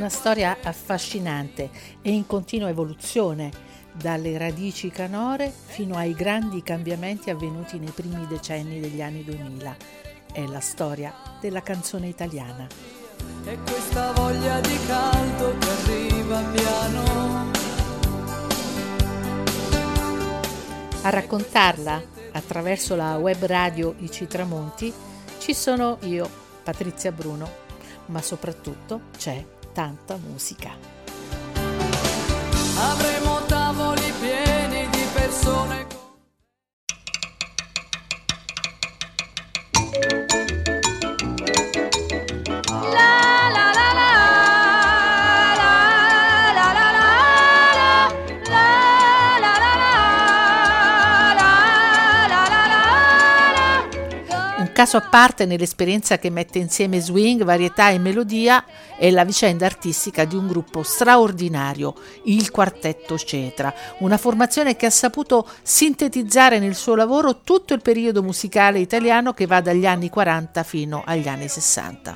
Una storia affascinante e in continua evoluzione, dalle radici canore fino ai grandi cambiamenti avvenuti nei primi decenni degli anni 2000. È la storia della canzone italiana. E questa voglia di caldo che arriva piano. A raccontarla attraverso la web radio ICI Tramonti ci sono io, Patrizia Bruno, ma soprattutto c'è tanta musica. Avremo tavoli pieni di persone. Caso a parte nell'esperienza che mette insieme swing, varietà e melodia è la vicenda artistica di un gruppo straordinario, il Quartetto Cetra, una formazione che ha saputo sintetizzare nel suo lavoro tutto il periodo musicale italiano che va dagli anni 40 fino agli anni 60.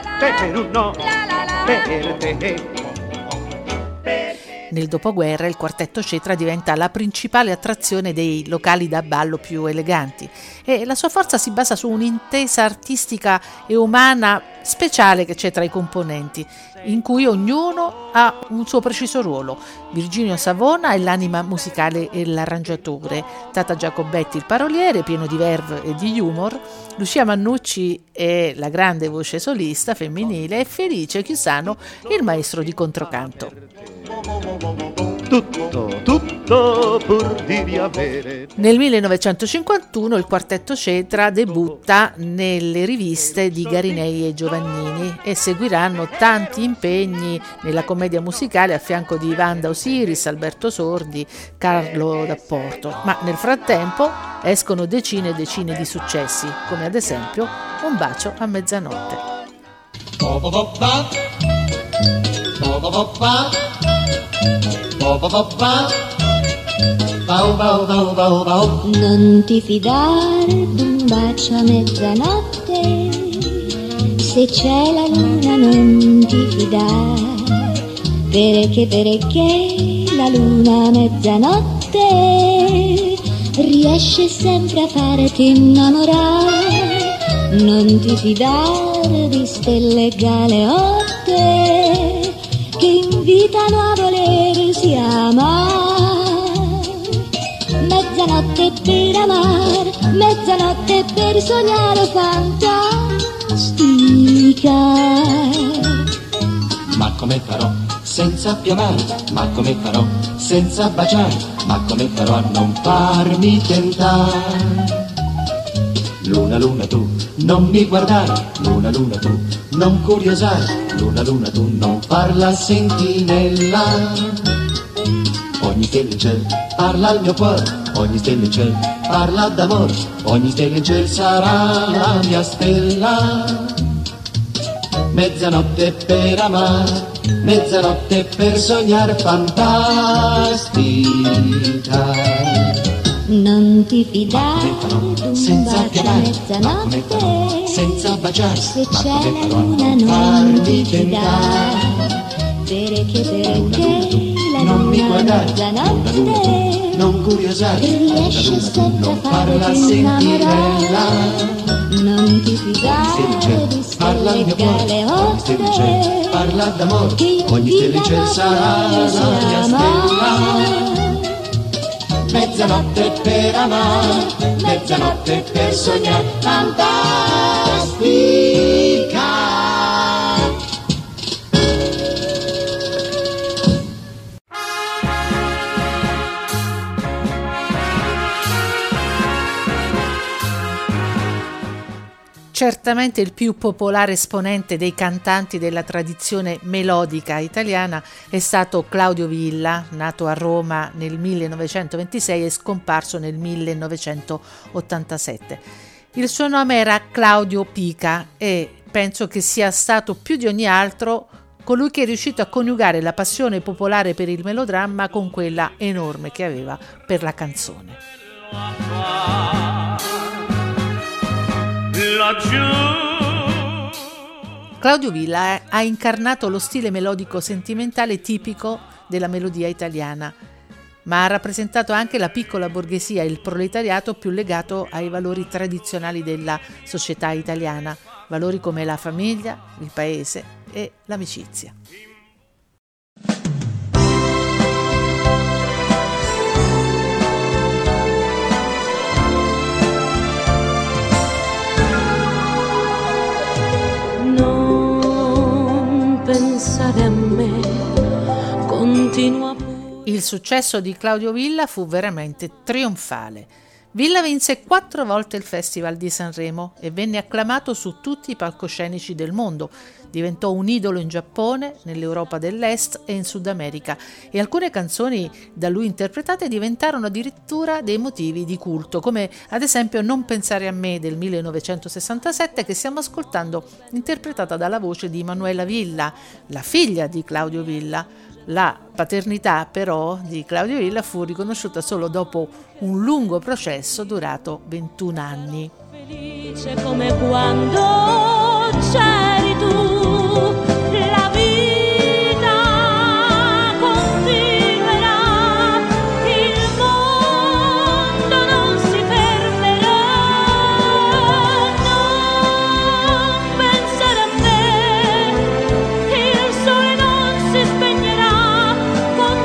Nel dopoguerra il Quartetto Cetra diventa la principale attrazione dei locali da ballo più eleganti e la sua forza si basa su un'intesa artistica e umana speciale che c'è tra i componenti, in cui ognuno ha un suo preciso ruolo. Virginio Savona è l'anima musicale e l'arrangiatore, Tata Giacobetti il paroliere, pieno di verve e di humor, Lucia Mannucci è la grande voce solista femminile e Felice Chiusano il maestro di controcanto. Tutto pur di riavere. Nel 1951 il Quartetto Cetra debutta nelle riviste di Garinei e Giovannini e seguiranno tanti impegni nella commedia musicale a fianco di Wanda Osiris, Alberto Sordi, Carlo D'Apporto, ma nel frattempo escono decine e decine di successi, come ad esempio Un bacio a mezzanotte. Non ti fidare d'un bacio a mezzanotte, se c'è la luna non ti fidare, perché la luna a mezzanotte riesce sempre a farti innamorare. Non ti fidare di stelle galeotte che invitano a volersi amare. Mezzanotte per amare, mezzanotte per sognare fantastica. Ma come farò senza più amare? Ma come farò senza baciare? Ma come farò a non farmi tentare? Luna, luna tu, non mi guardare, luna, luna tu, non curiosare, luna, luna tu, non farla sentinella. Ogni stella in cielo parla al mio cuore, ogni stella in cielo parla d'amore, ogni stella in cielo sarà la mia stella. Mezzanotte per amare, mezzanotte per sognare fantastica. Non ti fidare d'un senza bacio a pianare, mezzanotte, senza baciare, se c'è la luna non ti fidare, perché la non mi luna a guardare, mezzanotte non curiosare, riesce sempre a non farla farti innamorare. sentinella. Non ti fidare di parla al stelle mio cuore, ogni stella in cielo galeotte parla d'amore, che ogni stella in cielo invitano sarà a la mia amare. stella. Mezzanotte per amare, mezzanotte per sognare fantastica. Certamente il più popolare esponente dei cantanti della tradizione melodica italiana è stato Claudio Villa, nato a Roma nel 1926 e scomparso nel 1987. Il suo nome era Claudio Pica e penso che sia stato più di ogni altro colui che è riuscito a coniugare la passione popolare per il melodramma con quella enorme che aveva per la canzone. Claudio Villa ha incarnato lo stile melodico sentimentale tipico della melodia italiana, ma ha rappresentato anche la piccola borghesia e il proletariato più legato ai valori tradizionali della società italiana, valori come la famiglia, il paese e l'amicizia. Pensare a me, continua. Il successo di Claudio Villa fu veramente trionfale. Villa vinse 4 volte il Festival di Sanremo e venne acclamato su tutti i palcoscenici del mondo. Diventò un idolo in Giappone, nell'Europa dell'Est e in Sud America, e alcune canzoni da lui interpretate diventarono addirittura dei motivi di culto, come ad esempio Non pensare a me del 1967, che stiamo ascoltando, interpretata dalla voce di Manuela Villa, la figlia di Claudio Villa. La paternità però di Claudio Villa fu riconosciuta solo dopo un lungo processo durato 21 anni. Felice come quando c'eri tu, la vita continuerà, il mondo non si fermerà, non pensare a me, il sole non si spegnerà con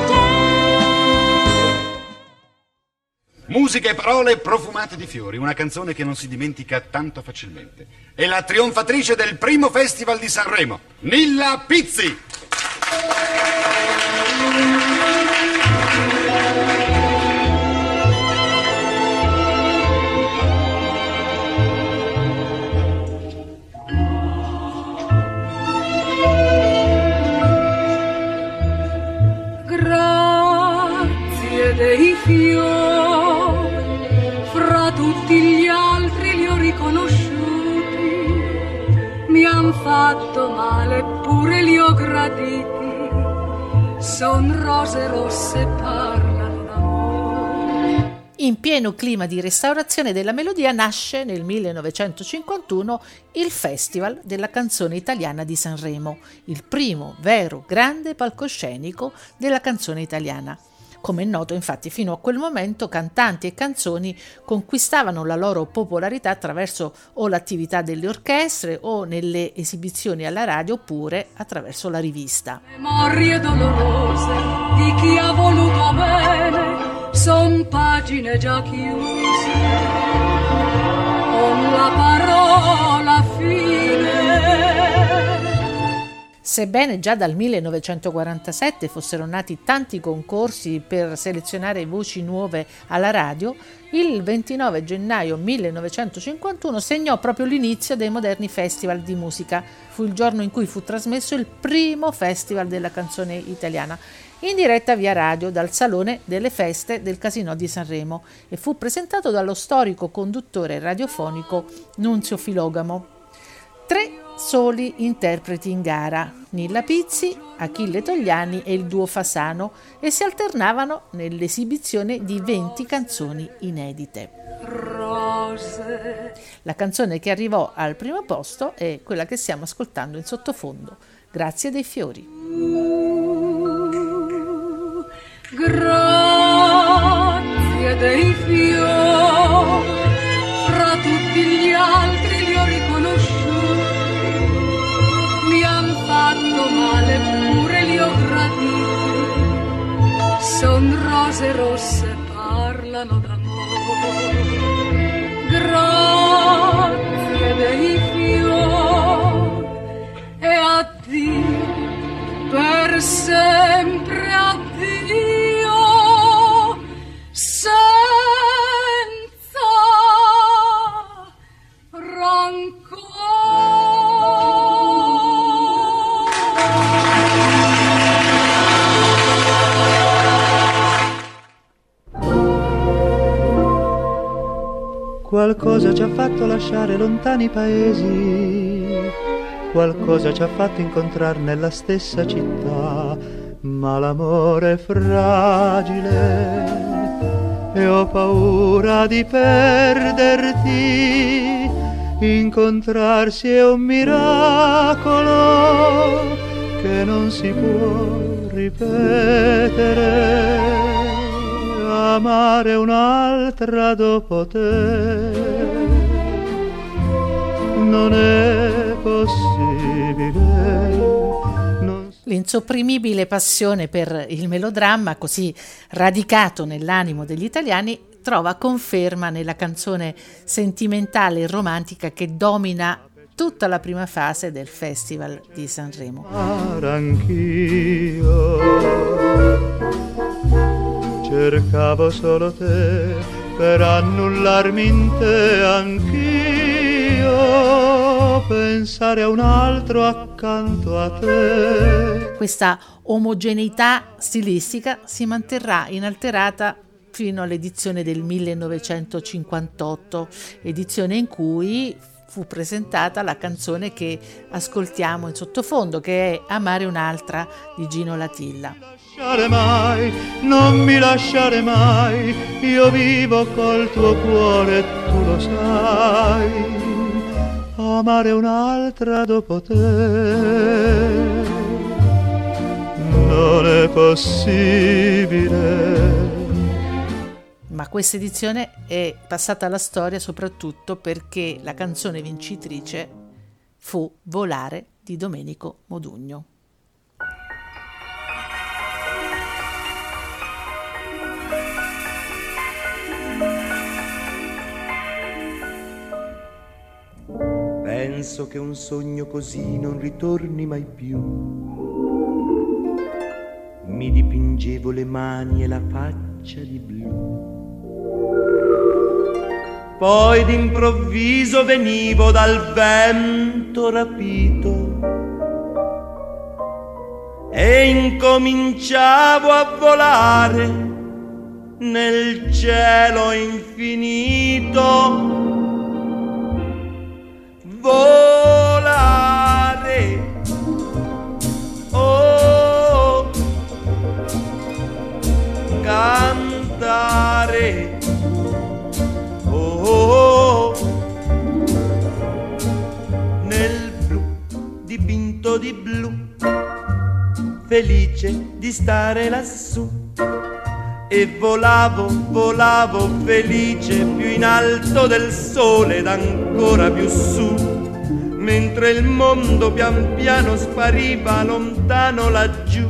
te. Musica e parole profumate di fiori, una canzone che non si dimentica tanto facilmente. È la trionfatrice del primo Festival di Sanremo, Nilla Pizzi. Grazie dei fiori, fra tutti gli altri li ho riconosciuti, mi han fatto male pure li ho graditi, son rose rosse parlano d'amore. In pieno clima di restaurazione della melodia nasce nel 1951 il Festival della canzone italiana di Sanremo, il primo vero grande palcoscenico della canzone italiana. Come è noto, infatti, fino a quel momento cantanti e canzoni conquistavano la loro popolarità attraverso o l'attività delle orchestre o nelle esibizioni alla radio oppure attraverso la rivista. Memorie dolorose di chi ha voluto bene, son pagine già chiuse, con la parola fine. Sebbene già dal 1947 fossero nati tanti concorsi per selezionare voci nuove alla radio, il 29 gennaio 1951 segnò proprio l'inizio dei moderni festival di musica. Fu il giorno in cui fu trasmesso il primo Festival della canzone italiana, in diretta via radio dal Salone delle Feste del Casinò di Sanremo, e fu presentato dallo storico conduttore radiofonico Nunzio Filogamo. 3 soli interpreti in gara, Nilla Pizzi, Achille Togliani e il duo Fasano, e si alternavano nell'esibizione di 20 canzoni inedite. Rose. La canzone che arrivò al primo posto è quella che stiamo ascoltando in sottofondo, Grazie dei fiori. Grazie dei fiori, fra tutti gli altri li ho riconosciuti, mi han fatto male pure li ho graditi, son rose rosse parlano d'amore. Grazie dei fiori e addio, per sempre addio, senza rancore. Qualcosa ci ha fatto lasciare lontani paesi, qualcosa ci ha fatto incontrare nella stessa città, ma l'amore è fragile e ho paura di perderti, incontrarsi è un miracolo che non si può ripetere. Amare un'altra dopo te non è possibile. L'insopprimibile passione per il melodramma, così radicato nell'animo degli italiani, trova conferma nella canzone sentimentale e romantica che domina tutta la prima fase del Festival di Sanremo. Anch'io cercavo solo te per annullarmi in te, anch'io pensare a un altro accanto a te. Questa omogeneità stilistica si manterrà inalterata fino all'edizione del 1958, edizione in cui fu presentata la canzone che ascoltiamo in sottofondo, che è Amare un'altra di Gino Latilla. Mai, non mi lasciare mai, io vivo col tuo cuore, tu lo sai. Amare un'altra dopo te non è possibile. Ma questa edizione è passata alla storia soprattutto perché la canzone vincitrice fu Volare di Domenico Modugno. Penso che un sogno così non ritorni mai più. Mi dipingevo le mani e la faccia di blu. Poi d'improvviso venivo dal vento rapito e incominciavo a volare nel cielo infinito. Volare, oh, cantare, oh, nel blu dipinto di blu, felice di stare lassù. E volavo, volavo felice più in alto del sole ed ancora più su, mentre il mondo pian piano spariva lontano laggiù.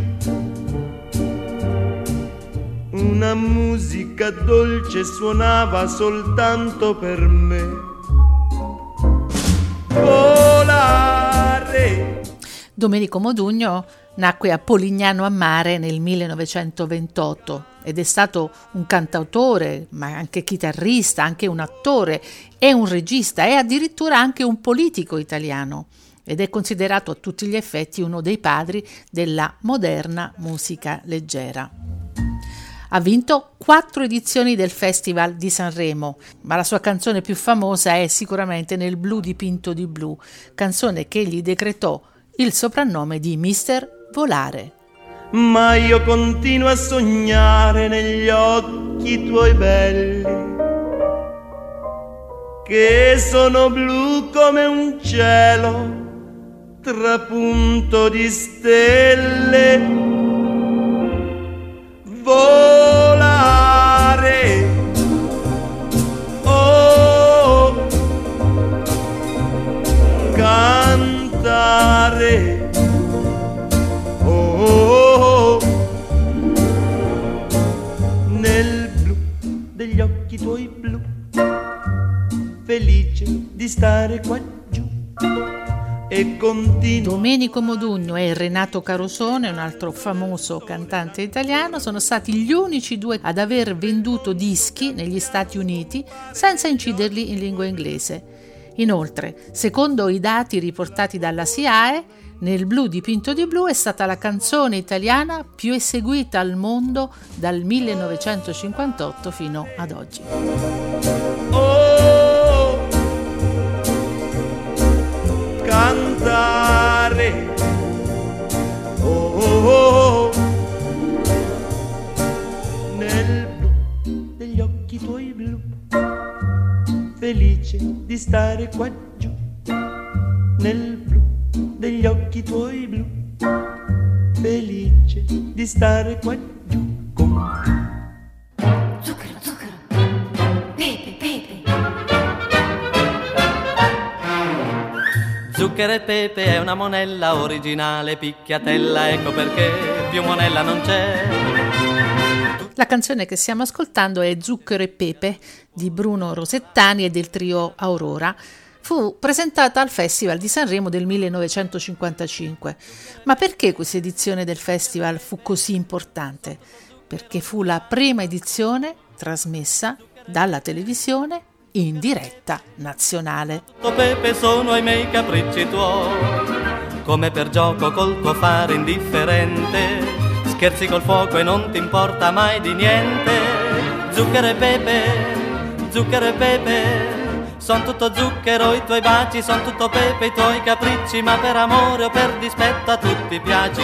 Una musica dolce suonava soltanto per me. Volare. Domenico Modugno nacque a Polignano a Mare nel 1928 ed è stato un cantautore, ma anche chitarrista, anche un attore e un regista e addirittura anche un politico italiano, ed è considerato a tutti gli effetti uno dei padri della moderna musica leggera. Ha vinto 4 edizioni del Festival di Sanremo, ma la sua canzone più famosa è sicuramente Nel blu dipinto di blu, canzone che gli decretò il soprannome di Mister Volare. Ma io continuo a sognare negli occhi tuoi belli, che sono blu come un cielo trapunto di stelle. Volare, oh, cantare, oh, nel blu degli occhi tuoi blu, felice di stare qua giù. E continuo. Domenico Modugno e Renato Carosone, un altro famoso cantante italiano, sono stati gli unici 2 ad aver venduto dischi negli Stati Uniti senza inciderli in lingua inglese. Inoltre, secondo i dati riportati dalla SIAE, Nel blu dipinto di blu è stata la canzone italiana più eseguita al mondo dal 1958 fino ad oggi. Oh, cantare, oh, nel blu degli occhi tuoi blu, felice di stare qua giù. nel blu degli occhi tuoi blu, felice di stare qua giù con te. Zucchero, zucchero, pepe, pepe. Zucchero e pepe è una monella originale, picchiatella, ecco perché più monella non c'è. La canzone che stiamo ascoltando è Zucchero e pepe di Bruno Rosettani e del trio Aurora. Fu presentata al Festival di Sanremo del 1955. Ma perché questa edizione del festival fu così importante? Perché fu la prima edizione trasmessa dalla televisione in diretta nazionale. Pepe, sono ai miei capricci tuoi, come per gioco col tuo fare indifferente, scherzi col fuoco e non ti importa mai di niente. Zucchero e pepe, son tutto zucchero, i tuoi baci, son tutto pepe, i tuoi capricci, ma per amore o per dispetto a tutti piaci.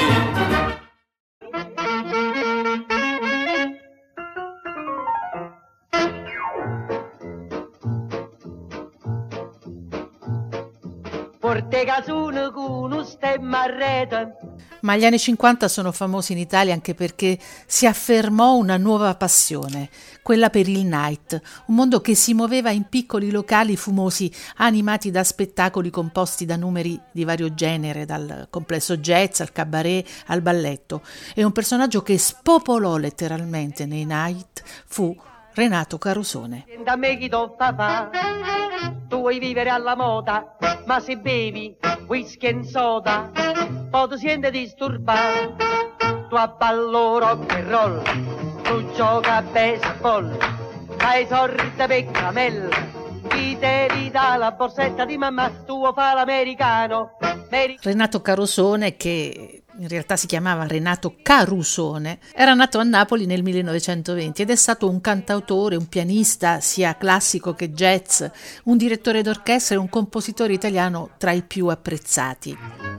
Ma gli anni 50 sono famosi in Italia anche perché si affermò una nuova passione, quella per il night, un mondo che si muoveva in piccoli locali fumosi animati da spettacoli composti da numeri di vario genere, dal complesso jazz al cabaret al balletto, e un personaggio che spopolò letteralmente nei night fu Renato Carosone. Da me chi do papà, tu vuoi vivere alla moda, ma se bevi whisky e soda, poi ti senti disturbato. Tu abballo rock and roll, tu gioca a baseball, fai sorride per camel, chi te ridà la borsetta di mamma, tu fa l'americano. Renato Carosone, che in realtà si chiamava Renato Carusone, era nato a Napoli nel 1920 ed è stato un cantautore, un pianista sia classico che jazz, un direttore d'orchestra e un compositore italiano tra i più apprezzati.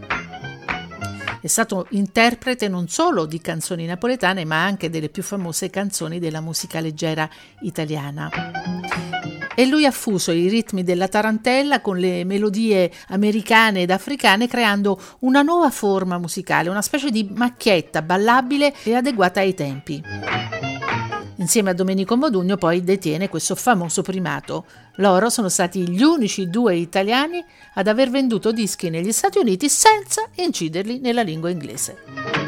È stato interprete non solo di canzoni napoletane ma anche delle più famose canzoni della musica leggera italiana. E lui ha fuso i ritmi della tarantella con le melodie americane ed africane, creando una nuova forma musicale, una specie di macchietta ballabile e adeguata ai tempi. Insieme a Domenico Modugno poi detiene questo famoso primato. Loro sono stati gli unici due italiani ad aver venduto dischi negli Stati Uniti senza inciderli nella lingua inglese.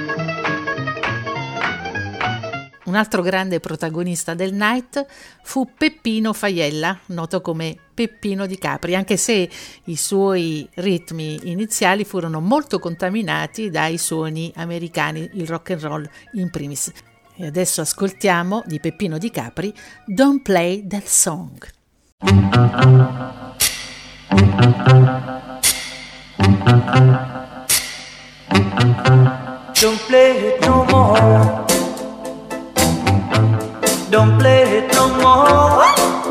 Un altro grande protagonista del night fu Peppino Faiella, noto come Peppino di Capri, anche se i suoi ritmi iniziali furono molto contaminati dai suoni americani, il rock and roll in primis. E adesso ascoltiamo di Peppino di Capri Don't Play That Song. Don't play it no more. Don't play it no more.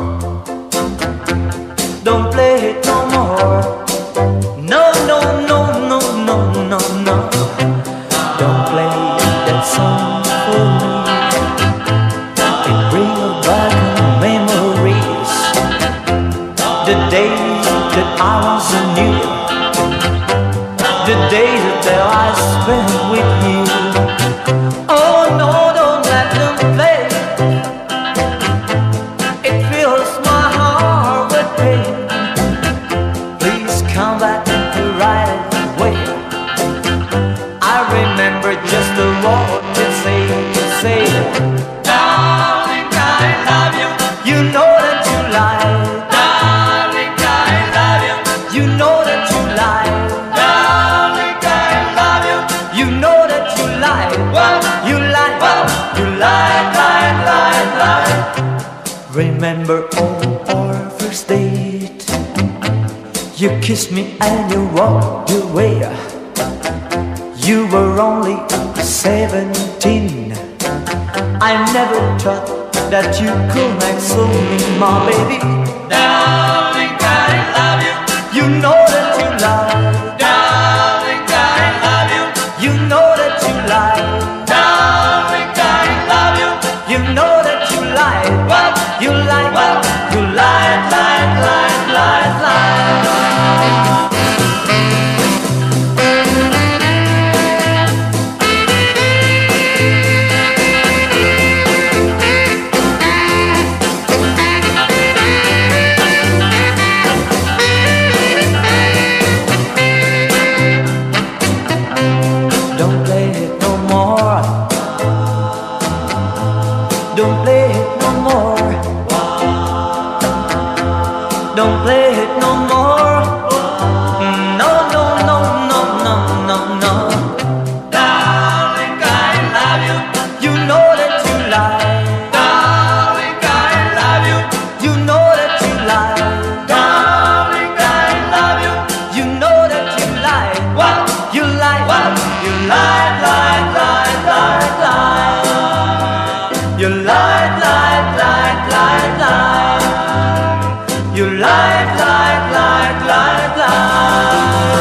Don't play it no more. No, no, no, no, no, no, no. Don't play that song for me. It brings back memories. The days that I was new. The days that I spent with you. Oh no, don't let them play. It fills my heart with pain. Please come back right away. I remember just the word to say, darling, I love you. You know that you lie. Darling, I love you. You know that you lie. Darling, I love you. You know that you lie. You lie. You lie, lie, lie, lie. Remember our first date. You kissed me and you walked away. You were only 17. I never thought that you could make so me, my baby. Darling, I love you. You know that you lie. Darling, I love you. You know that you lie. Darling, I love you. You know that you lie. You lie. You lie, lie, lie, lie, lie. don't play it no more. No, no, no, no, no, no, no. Darling, I love you. You know that you lie. Darling, I love you. You know that you lie. Darling, I love you. You know that you lie. What? You lie. What? You lie, lie, lie, lie, lie. You lie, lie, lie, lie, lie. You lie, lie, lie, lie, lie.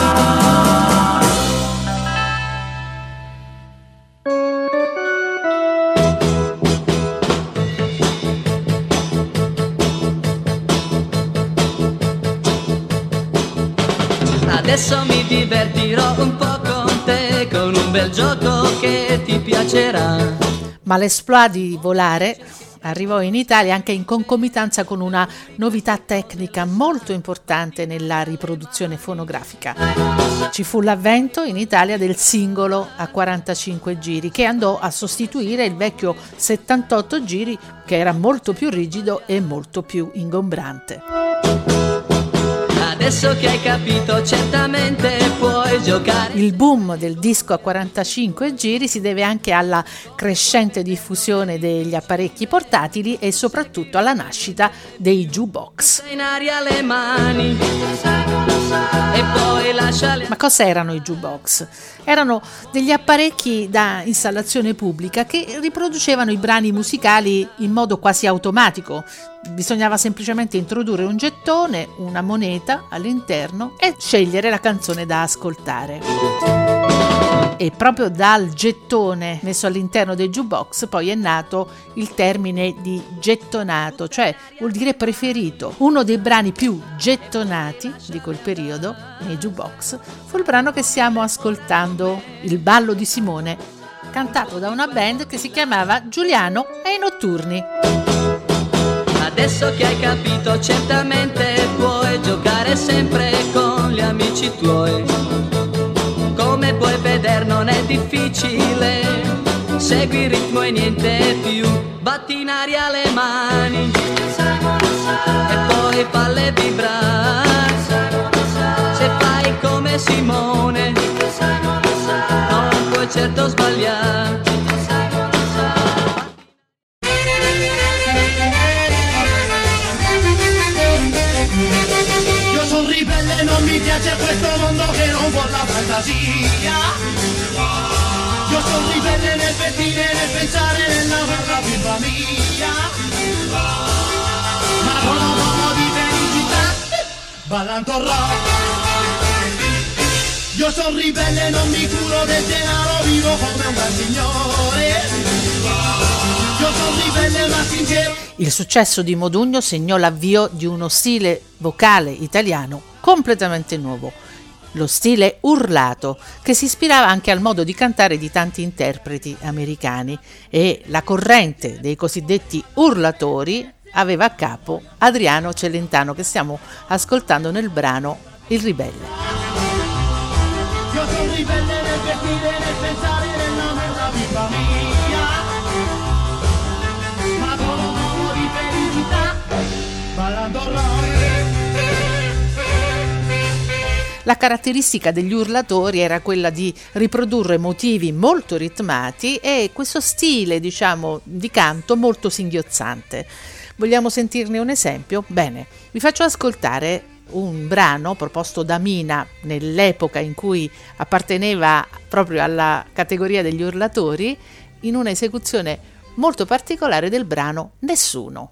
Adesso mi divertirò un po' con te, con un bel gioco che ti piacerà. Ma l'esploit di Volare arrivò in Italia anche in concomitanza con una novità tecnica molto importante nella riproduzione fonografica. Ci fu l'avvento in Italia del singolo a 45 giri, che andò a sostituire il vecchio 78 giri, che era molto più rigido e molto più ingombrante. Adesso che hai capito certamente puoi giocare. Il boom del disco a 45 giri si deve anche alla crescente diffusione degli apparecchi portatili e soprattutto alla nascita dei jukebox. In aria le mani e poi lasciale. Ma cosa erano i jukebox? Erano degli apparecchi da installazione pubblica che riproducevano i brani musicali in modo quasi automatico. Bisognava semplicemente introdurre un gettone, una moneta all'interno e scegliere la canzone da ascoltare. E proprio dal gettone messo all'interno del jukebox poi è nato il termine di gettonato, cioè vuol dire preferito. Uno dei brani più gettonati di quel periodo nei jukebox fu il brano che stiamo ascoltando, Il ballo di Simone, cantato da una band che si chiamava Giuliano e i Notturni. Adesso che hai capito certamente puoi giocare sempre con gli amici tuoi. Come puoi vedere non è difficile, segui il ritmo e niente più. Batti in aria le mani e poi falle vibrare. Se fai come Simone non puoi certo sbagliare. Ribelle, non mi piace questo mondo che non vuole la fantasia. Io sono ribelle nel pettine, nel pensare nell'amare la bimba mia. Ma con un po' di felicità, ballando rock. Io sono ribelle, non mi curo del denaro, vivo come un gran signore. Io sono ribelle ma sincero. Il successo di Modugno segnò l'avvio di uno stile vocale italiano completamente nuovo, lo stile urlato, che si ispirava anche al modo di cantare di tanti interpreti americani, e la corrente dei cosiddetti urlatori aveva a capo Adriano Celentano, che stiamo ascoltando nel brano Il Ribelle. Io sono ribelle nel vestire, nel pensare nell'amore bimba mia. Ma con un uomo di felicità, ballando rock. La caratteristica degli urlatori era quella di riprodurre motivi molto ritmati e questo stile, diciamo, di canto molto singhiozzante. Vogliamo sentirne un esempio? Bene, vi faccio ascoltare un brano proposto da Mina nell'epoca in cui apparteneva proprio alla categoria degli urlatori, in una esecuzione molto particolare del brano Nessuno.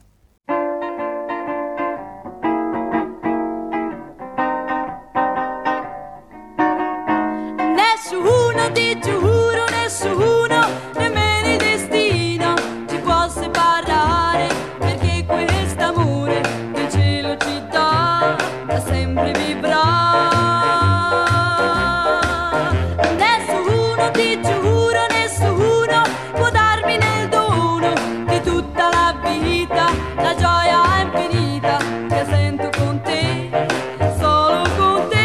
Nessuno, ti giuro, nessuno, nemmeno il destino ci può separare, perché quest'amore del cielo ci dà da sempre vibrare. Nessuno, ti giuro, nessuno può darmi nel dono di tutta la vita la gioia infinita che sento con te, solo con te.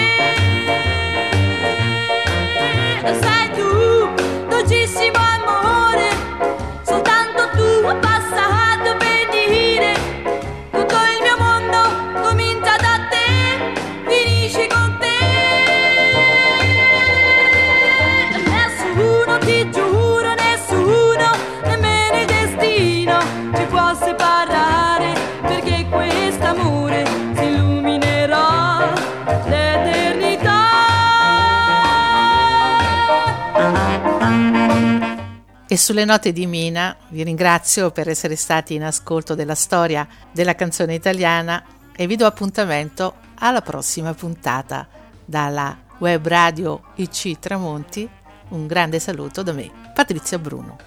Sei tu, dolcissimo amore, soltanto tu hai passato per dire tutto il mio mondo comincia E sulle note di Mina vi ringrazio per essere stati in ascolto della storia della canzone italiana e vi do appuntamento alla prossima puntata dalla web radio IC Tramonti. Un grande saluto da me, Patrizia Bruno.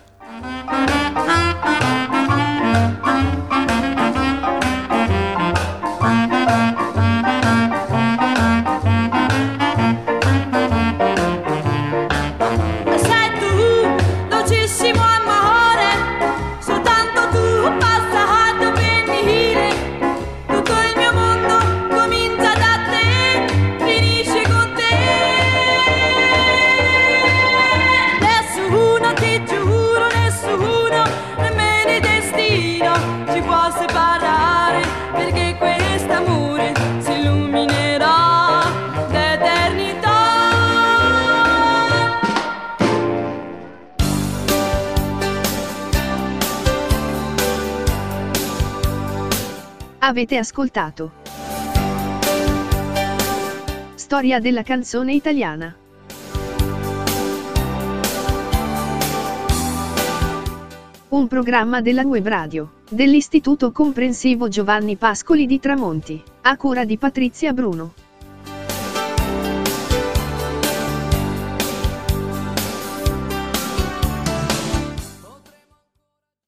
Avete ascoltato Storia della canzone italiana. Un programma della web radio dell'Istituto Comprensivo Giovanni Pascoli di Tramonti, a cura di Patrizia Bruno.